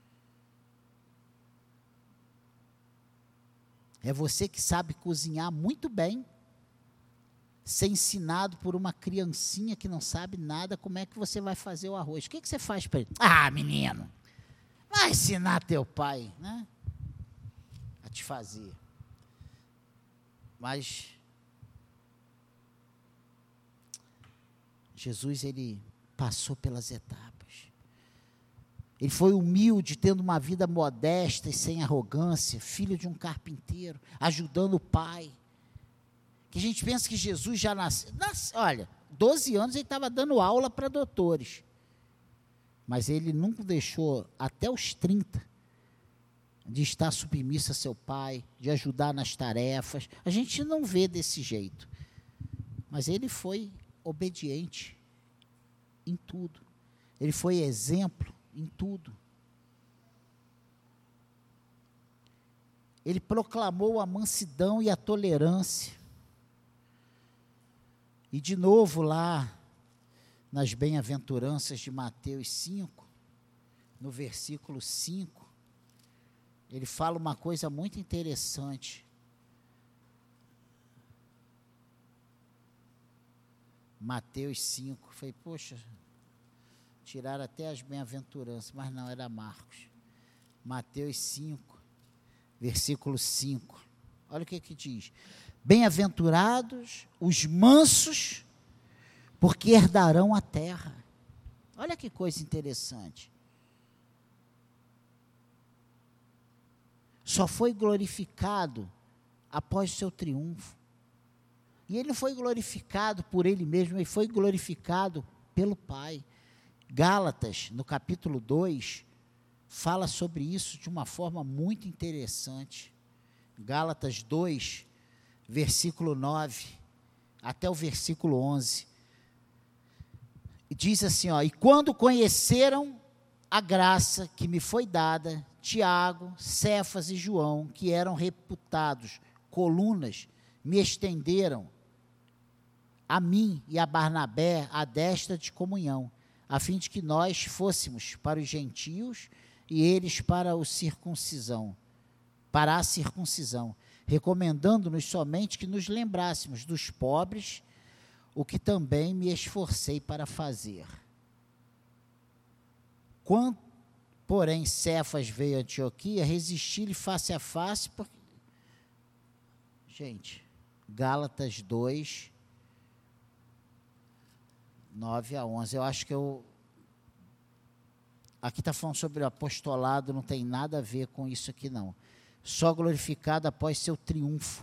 É você que sabe cozinhar muito bem, ser ensinado por uma criancinha que não sabe nada, como é que você vai fazer o arroz. O que você faz para ele? Ah, menino, vai ensinar teu pai, né? A te fazer. Mas Jesus, ele passou pelas etapas. Ele foi humilde, tendo uma vida modesta e sem arrogância, filho de um carpinteiro, ajudando o pai. Que a gente pensa que Jesus já nasceu. Olha, 12 anos ele estava dando aula para doutores. Mas ele nunca deixou, até os 30, de estar submisso a seu pai, de ajudar nas tarefas. A gente não vê desse jeito. Mas ele foi obediente em tudo. Ele foi exemplo em tudo. Ele proclamou a mansidão e a tolerância. E de novo lá, nas bem-aventuranças de Mateus 5, no versículo 5, ele fala uma coisa muito interessante. Mateus 5, falei, poxa, tiraram até as bem-aventuranças, mas não, era Marcos. Mateus 5, versículo 5, olha o que diz: bem-aventurados os mansos, porque herdarão a terra. Olha que coisa interessante. só foi glorificado após o seu triunfo. E ele não foi glorificado por ele mesmo, ele foi glorificado pelo Pai. Gálatas, no capítulo 2, fala sobre isso de uma forma muito interessante. Gálatas 2, versículo 9, até o versículo 11. Diz assim, ó: e quando conheceram a graça que me foi dada, Tiago, Cefas e João, que eram reputados colunas, me estenderam a mim e a Barnabé a destra de comunhão, a fim de que nós fôssemos para os gentios e eles para a circuncisão, recomendando-nos somente que nos lembrássemos dos pobres, o que também me esforcei para fazer. Quando, porém, Cefas veio a Antioquia, resisti-lhe face a face, porque... Gente, Gálatas 2, 9 a 11, eu acho que aqui está falando sobre o apostolado, não tem nada a ver com isso aqui não. Só glorificado após seu triunfo.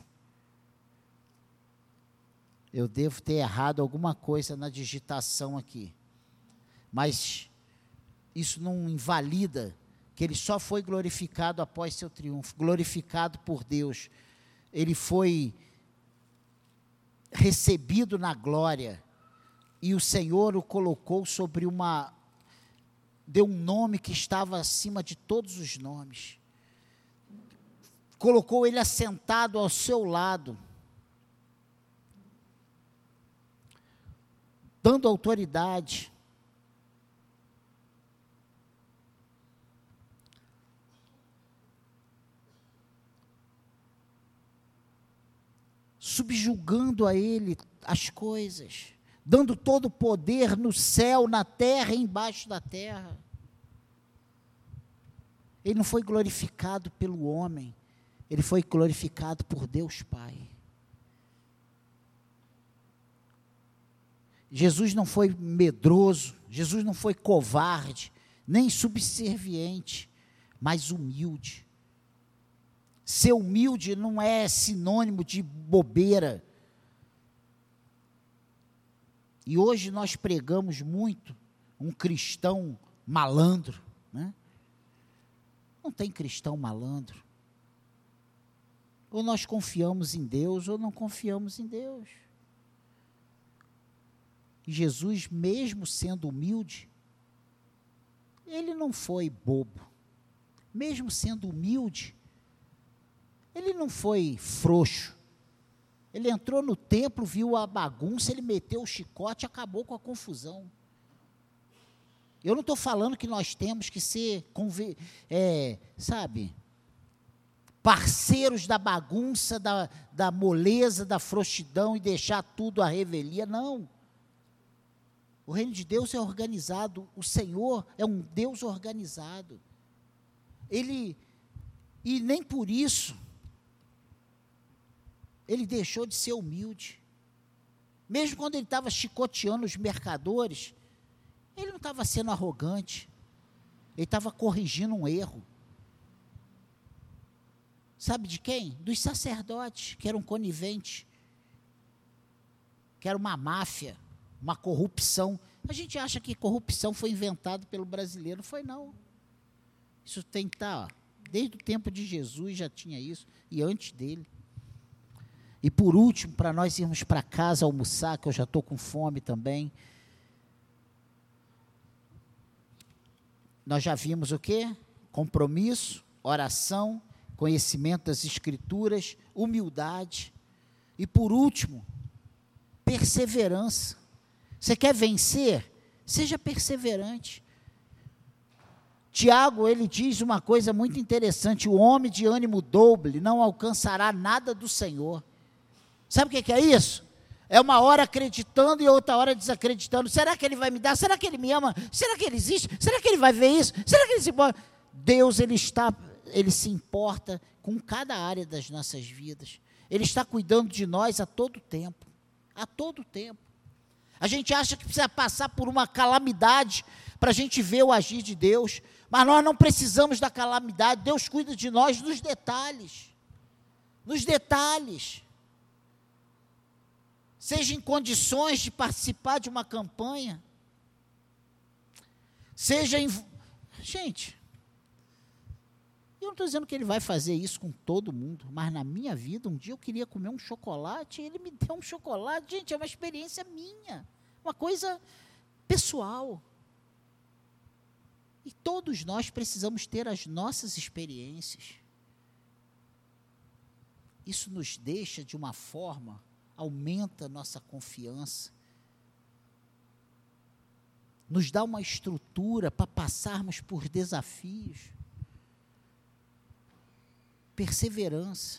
Eu devo ter errado alguma coisa na digitação aqui. Mas isso não invalida que ele só foi glorificado após seu triunfo, glorificado por Deus. Ele foi recebido na glória, e o Senhor o colocou sobre deu um nome que estava acima de todos os nomes. Colocou ele assentado ao seu lado, dando autoridade. Subjugando a ele as coisas, dando todo o poder no céu, na terra e embaixo da terra. Ele não foi glorificado pelo homem, ele foi glorificado por Deus Pai. Jesus não foi medroso, Jesus não foi covarde, nem subserviente, mas humilde. Ser humilde não é sinônimo de bobeira. E hoje nós pregamos muito um cristão malandro, né? Não tem cristão malandro. Ou nós confiamos em Deus, ou não confiamos em Deus. E Jesus, mesmo sendo humilde, ele não foi bobo. Mesmo sendo humilde, ele não foi frouxo. Ele entrou no templo, viu a bagunça, ele meteu o chicote e acabou com a confusão. Eu não estou falando que nós temos que ser, parceiros da bagunça, da moleza, da frouxidão e deixar tudo à revelia, não. O reino de Deus é organizado, o Senhor é um Deus organizado. E nem por isso, ele deixou de ser humilde. Mesmo quando ele estava chicoteando os mercadores, ele não estava sendo arrogante, ele estava corrigindo um erro. Sabe de quem? Dos sacerdotes, que eram coniventes, que era uma máfia, uma corrupção. A gente acha que corrupção foi inventada pelo brasileiro, não foi não. Isso tem que estar, desde o tempo de Jesus já tinha isso, e antes dele. E por último, para nós irmos para casa almoçar, que eu já estou com fome também, nós já vimos o quê? Compromisso, oração, conhecimento das Escrituras, humildade, e por último, perseverança. Você quer vencer? Seja perseverante. Tiago, ele diz uma coisa muito interessante: o homem de ânimo dobre não alcançará nada do Senhor. Sabe o que é isso? É uma hora acreditando e outra hora desacreditando. Será que ele vai me dar? Será que ele me ama? Será que ele existe? Será que ele vai ver isso? Será que ele se importa? Deus, ele se importa com cada área das nossas vidas. Ele está cuidando de nós a todo tempo. A todo tempo. A gente acha que precisa passar por uma calamidade para a gente ver o agir de Deus, Mas nós não precisamos da calamidade. Deus cuida de nós nos detalhes. Nos detalhes. Seja em condições de participar de uma campanha. Seja em... Gente, eu não estou dizendo que ele vai fazer isso com todo mundo, mas na minha vida, um dia eu queria comer um chocolate, e ele me deu um chocolate. Gente, é uma experiência minha, uma coisa pessoal. E todos nós precisamos ter as nossas experiências. Isso nos deixa de uma forma, aumenta a nossa confiança, nos dá uma estrutura para passarmos por desafios. Perseverança.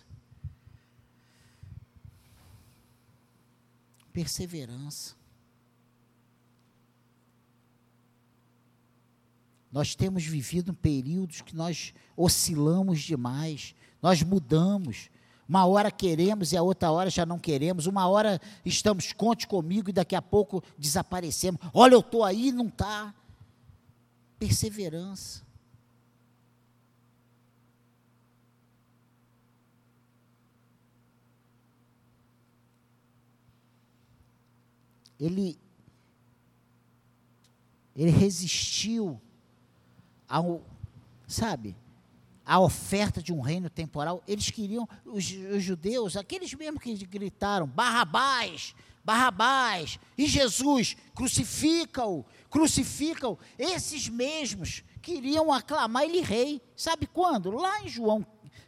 Perseverança. Nós temos vivido períodos que nós oscilamos demais, nós mudamos. Uma hora queremos e a outra hora já não queremos. Uma hora estamos, conte comigo, e daqui a pouco desaparecemos. Olha, eu estou aí e não está. Perseverança. Ele resistiu a oferta de um reino temporal. Eles queriam, os judeus, aqueles mesmos que gritaram, Barrabás, Barrabás, e Jesus, crucifica-o, crucifica-o. Esses mesmos queriam aclamar ele rei. Sabe quando? Lá em João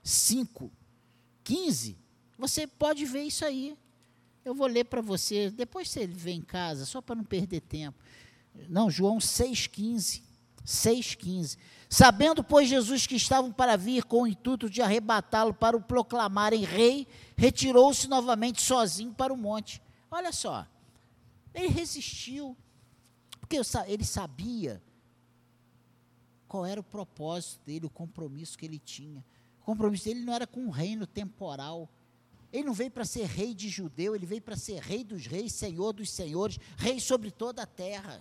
5:15, você pode ver isso aí. Eu vou ler para você, depois você vê em casa, só para não perder tempo. Não, João 6:15. 6,15. Sabendo, pois, Jesus que estavam para vir com o intuito de arrebatá-lo para o proclamarem rei, retirou-se novamente sozinho para o monte. Olha só, ele resistiu, porque ele sabia qual era o propósito dele, o compromisso que ele tinha. O compromisso dele não era com um reino temporal. Ele não veio para ser rei de judeu, ele veio para ser rei dos reis, senhor dos senhores, rei sobre toda a terra.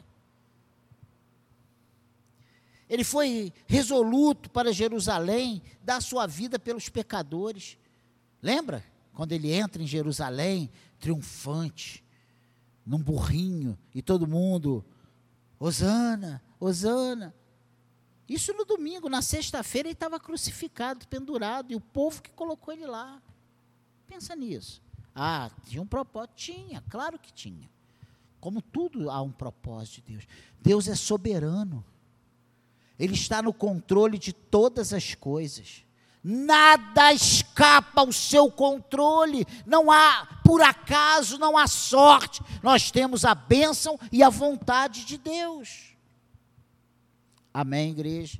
Ele foi resoluto para Jerusalém, dar sua vida pelos pecadores. Lembra? Quando ele entra em Jerusalém, triunfante, num burrinho, e todo mundo, Hosana, Hosana. Isso no domingo, na sexta-feira ele estava crucificado, pendurado, e o povo que colocou ele lá. Pensa nisso. Ah, tinha um propósito? Tinha, claro que tinha. Como tudo há um propósito de Deus. Deus é soberano. Ele está no controle de todas as coisas. Nada escapa ao seu controle. Não há por acaso, não há sorte. Nós temos a bênção e a vontade de Deus. Amém, igreja?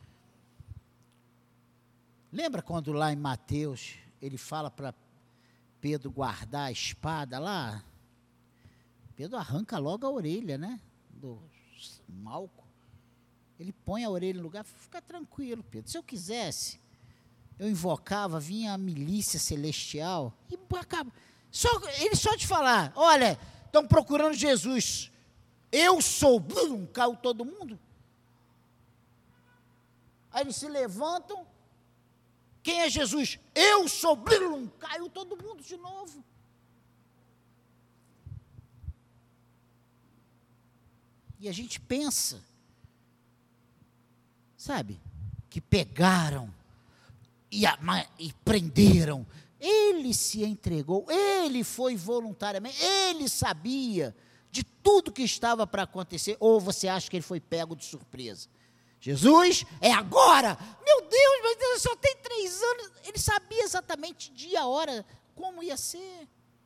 Lembra quando lá em Mateus, ele fala para Pedro guardar a espada lá? Pedro arranca logo a orelha, né? Do Malco. Ele põe a orelha no lugar, fica tranquilo, Pedro. Se eu quisesse, eu invocava, vinha a milícia celestial e acaba. Ele só te falar, olha, estão procurando Jesus. Eu sou, caiu todo mundo. Aí eles se levantam. Quem é Jesus? Eu sou, caiu todo mundo de novo. E a gente pensa, sabe, que pegaram e prenderam. Ele se entregou, ele foi voluntariamente, ele sabia de tudo que estava para acontecer. Ou você acha que ele foi pego de surpresa? Jesus, é agora! Meu Deus, mas Deus, só tem 3 anos. Ele sabia exatamente dia, hora, como ia ser.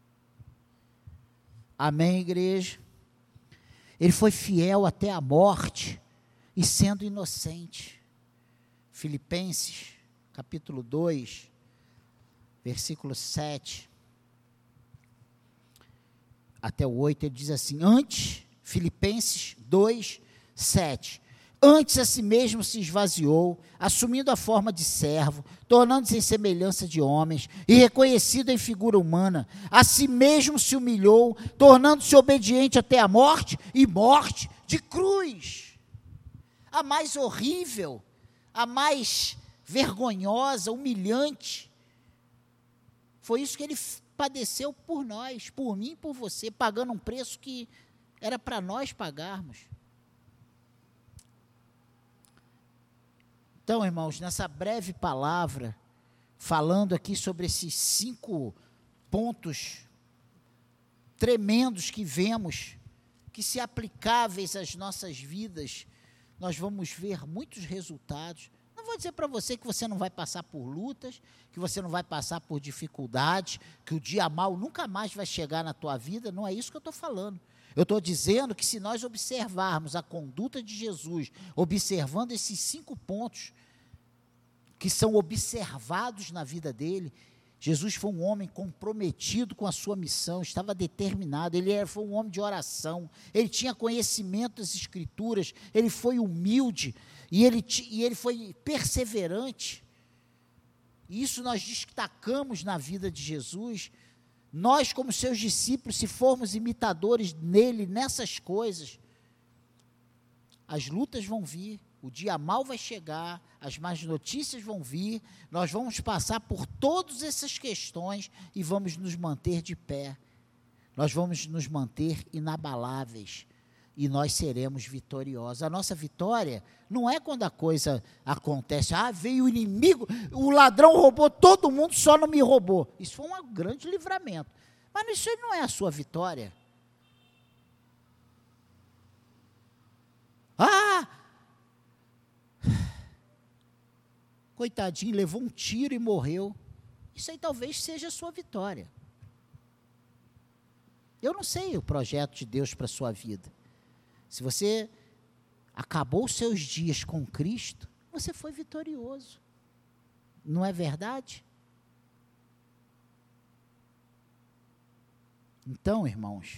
Amém, igreja? Ele foi fiel até a morte, e sendo inocente. Filipenses, capítulo 2, versículo 7 até o 8, ele diz assim, Filipenses 2, 7, antes a si mesmo se esvaziou, assumindo a forma de servo, tornando-se em semelhança de homens, e reconhecido em figura humana, a si mesmo se humilhou, tornando-se obediente até a morte, e morte de cruz. a mais horrível, a mais vergonhosa, humilhante. Foi isso que ele padeceu por nós, por mim e por você, pagando um preço que era para nós pagarmos. Então, irmãos, nessa breve palavra, falando aqui sobre esses 5 pontos tremendos que vemos, que se aplicáveis às nossas vidas, nós vamos ver muitos resultados. Não vou dizer para você que você não vai passar por lutas, que você não vai passar por dificuldades, que o dia mau nunca mais vai chegar na tua vida, não é isso que eu estou falando. Eu estou dizendo que se nós observarmos a conduta de Jesus, observando esses 5 pontos que são observados na vida dele, Jesus foi um homem comprometido com a sua missão, estava determinado, foi um homem de oração, ele tinha conhecimento das Escrituras, ele foi humilde, e ele foi perseverante. Isso nós destacamos na vida de Jesus. Nós, como seus discípulos, se formos imitadores nele, nessas coisas, as lutas vão vir, o dia mau vai chegar, as más notícias vão vir, nós vamos passar por todas essas questões e vamos nos manter de pé, nós vamos nos manter inabaláveis e nós seremos vitoriosos. A nossa vitória não é quando a coisa acontece, veio o inimigo, o ladrão roubou todo mundo, só não me roubou. Isso foi um grande livramento, mas isso aí não é a sua vitória. Coitadinho, levou um tiro e morreu. Isso aí talvez seja a sua vitória. Eu não sei o projeto de Deus para a sua vida. Se você acabou os seus dias com Cristo, você foi vitorioso. Não é verdade? Então, irmãos,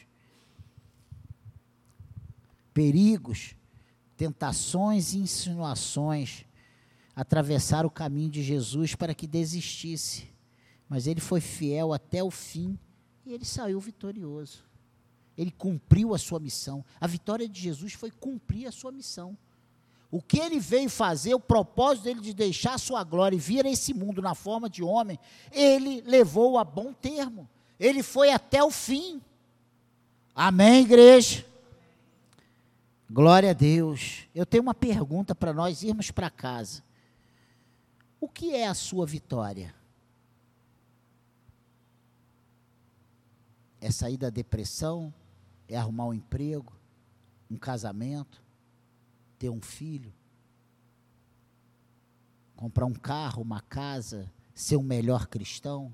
perigos, tentações e insinuações atravessaram o caminho de Jesus para que desistisse, mas ele foi fiel até o fim e ele saiu vitorioso. Ele cumpriu a sua missão. A vitória de Jesus foi cumprir a sua missão. O que ele veio fazer, o propósito dele de deixar a sua glória e vir a esse mundo na forma de homem, ele levou a bom termo. Ele foi até o fim. Amém, igreja? Glória a Deus. Eu tenho uma pergunta para nós irmos para casa. O que é a sua vitória? É sair da depressão? É arrumar um emprego? Um casamento? Ter um filho? Comprar um carro, uma casa? Ser um melhor cristão?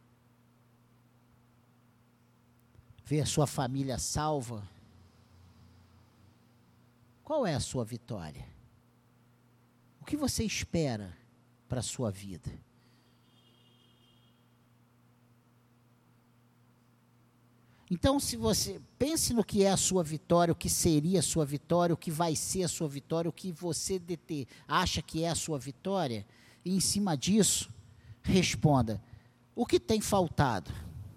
Ver a sua família salva? Qual é a sua vitória? O que você espera para a sua vida? Então, se você pense no que é a sua vitória, o que seria a sua vitória, o que vai ser a sua vitória, o que você acha que é a sua vitória, e em cima disso, responda: o que tem faltado?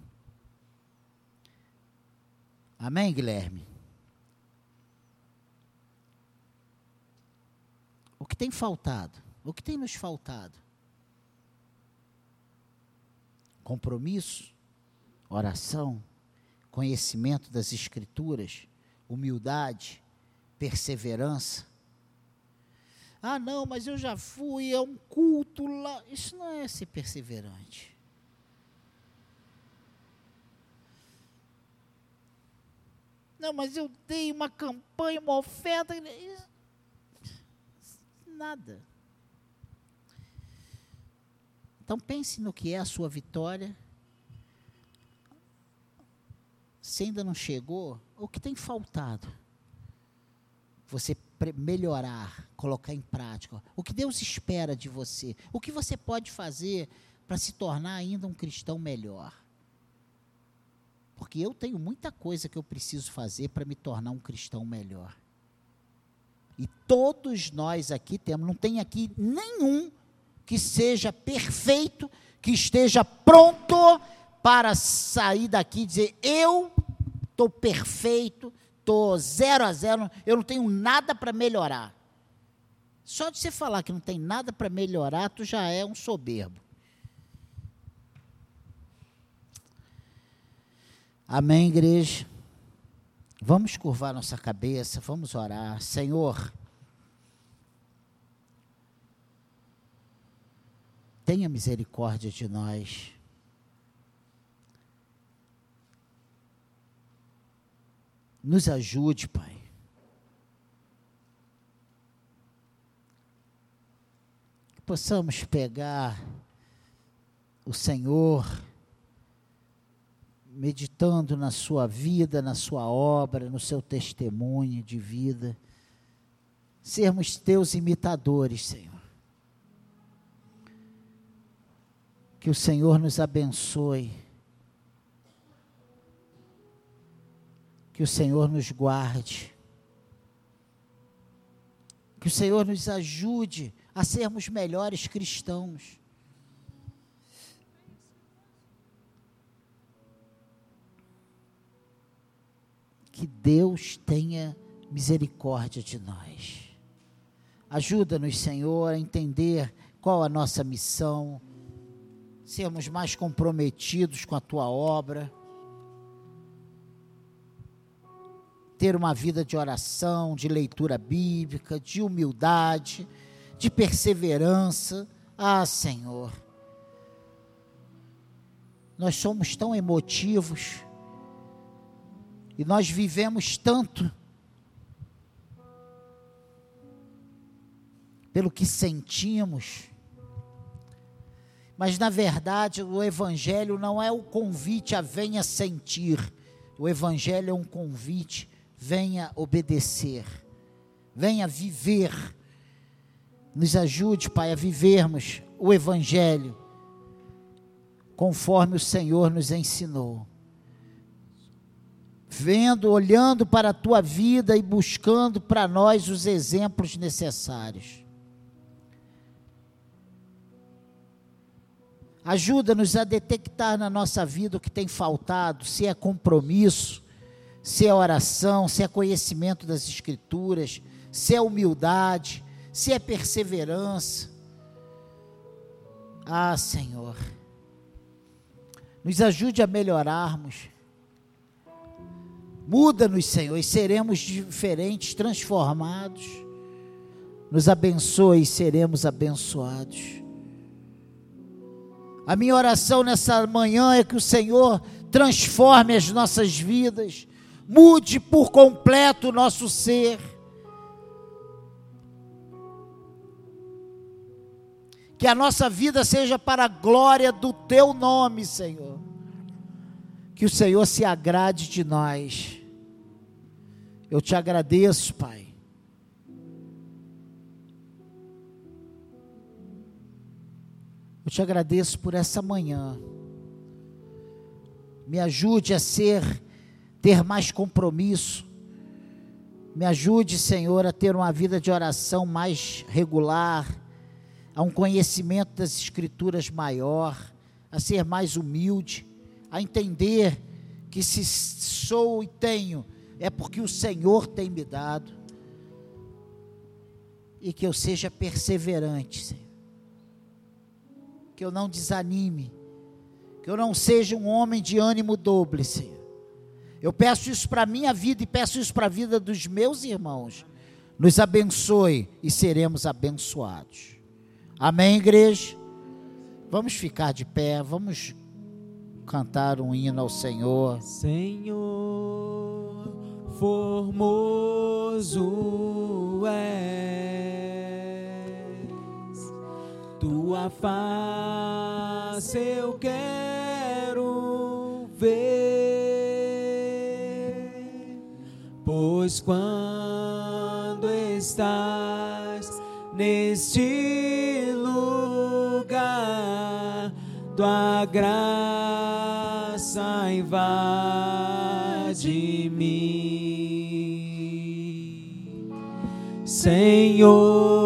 Amém, Guilherme? O que tem faltado? O que tem nos faltado? Compromisso, oração, conhecimento das Escrituras, humildade, perseverança. Não, mas eu já fui a um culto lá. Isso não é ser perseverante. Não, mas eu dei uma campanha, uma oferta. Nada. Então pense no que é a sua vitória. Se ainda não chegou, o que tem faltado? Você melhorar, colocar em prática. O que Deus espera de você? O que você pode fazer para se tornar ainda um cristão melhor? Porque eu tenho muita coisa que eu preciso fazer para me tornar um cristão melhor. E todos nós aqui temos, não tem aqui nenhum que seja perfeito, que esteja pronto para sair daqui e dizer: eu estou perfeito, estou 0 a 0, eu não tenho nada para melhorar. Só de você falar que não tem nada para melhorar, tu já é um soberbo. Amém, igreja? Vamos curvar nossa cabeça, vamos orar. Senhor, tenha misericórdia de nós. Nos ajude, Pai. Que possamos pegar o Senhor, meditando na sua vida, na sua obra, no seu testemunho de vida, sermos teus imitadores, Senhor. Que o Senhor nos abençoe, que o Senhor nos guarde, que o Senhor nos ajude a sermos melhores cristãos. Que Deus tenha misericórdia de nós. Ajuda-nos, Senhor, a entender qual a nossa missão, sermos mais comprometidos com a Tua obra, ter uma vida de oração, de leitura bíblica, de humildade, de perseverança. Ah, Senhor, nós somos tão emotivos, e nós vivemos tanto pelo que sentimos, mas na verdade o Evangelho não é o convite a venha sentir, o Evangelho é um convite, venha obedecer, venha viver. Nos ajude, Pai, a vivermos o Evangelho conforme o Senhor nos ensinou. Vendo, olhando para a tua vida e buscando para nós os exemplos necessários. Ajuda-nos a detectar na nossa vida o que tem faltado, se é compromisso, se é oração, se é conhecimento das Escrituras, se é humildade, se é perseverança. Ah, Senhor, nos ajude a melhorarmos. Muda-nos, Senhor, e seremos diferentes, transformados. Nos abençoe e seremos abençoados. A minha oração nessa manhã é que o Senhor transforme as nossas vidas, mude por completo o nosso ser. Que a nossa vida seja para a glória do Teu nome, Senhor. Que o Senhor se agrade de nós. Eu te agradeço, Pai. Eu te agradeço por essa manhã. Me ajude a ter mais compromisso. Me ajude, Senhor, a ter uma vida de oração mais regular, a um conhecimento das Escrituras maior, a ser mais humilde, a entender que se sou e tenho, é porque o Senhor tem me dado, e que eu seja perseverante, Senhor, que eu não desanime, que eu não seja um homem de ânimo doble, Senhor. Eu peço isso para a minha vida e peço isso para a vida dos meus irmãos. Nos abençoe e seremos abençoados. Amém, igreja? Vamos ficar de pé, vamos cantar um hino ao Senhor. Senhor, formoso és, tua face eu quero ver, pois quando estás neste lugar, tua graça invade-me, Senhor.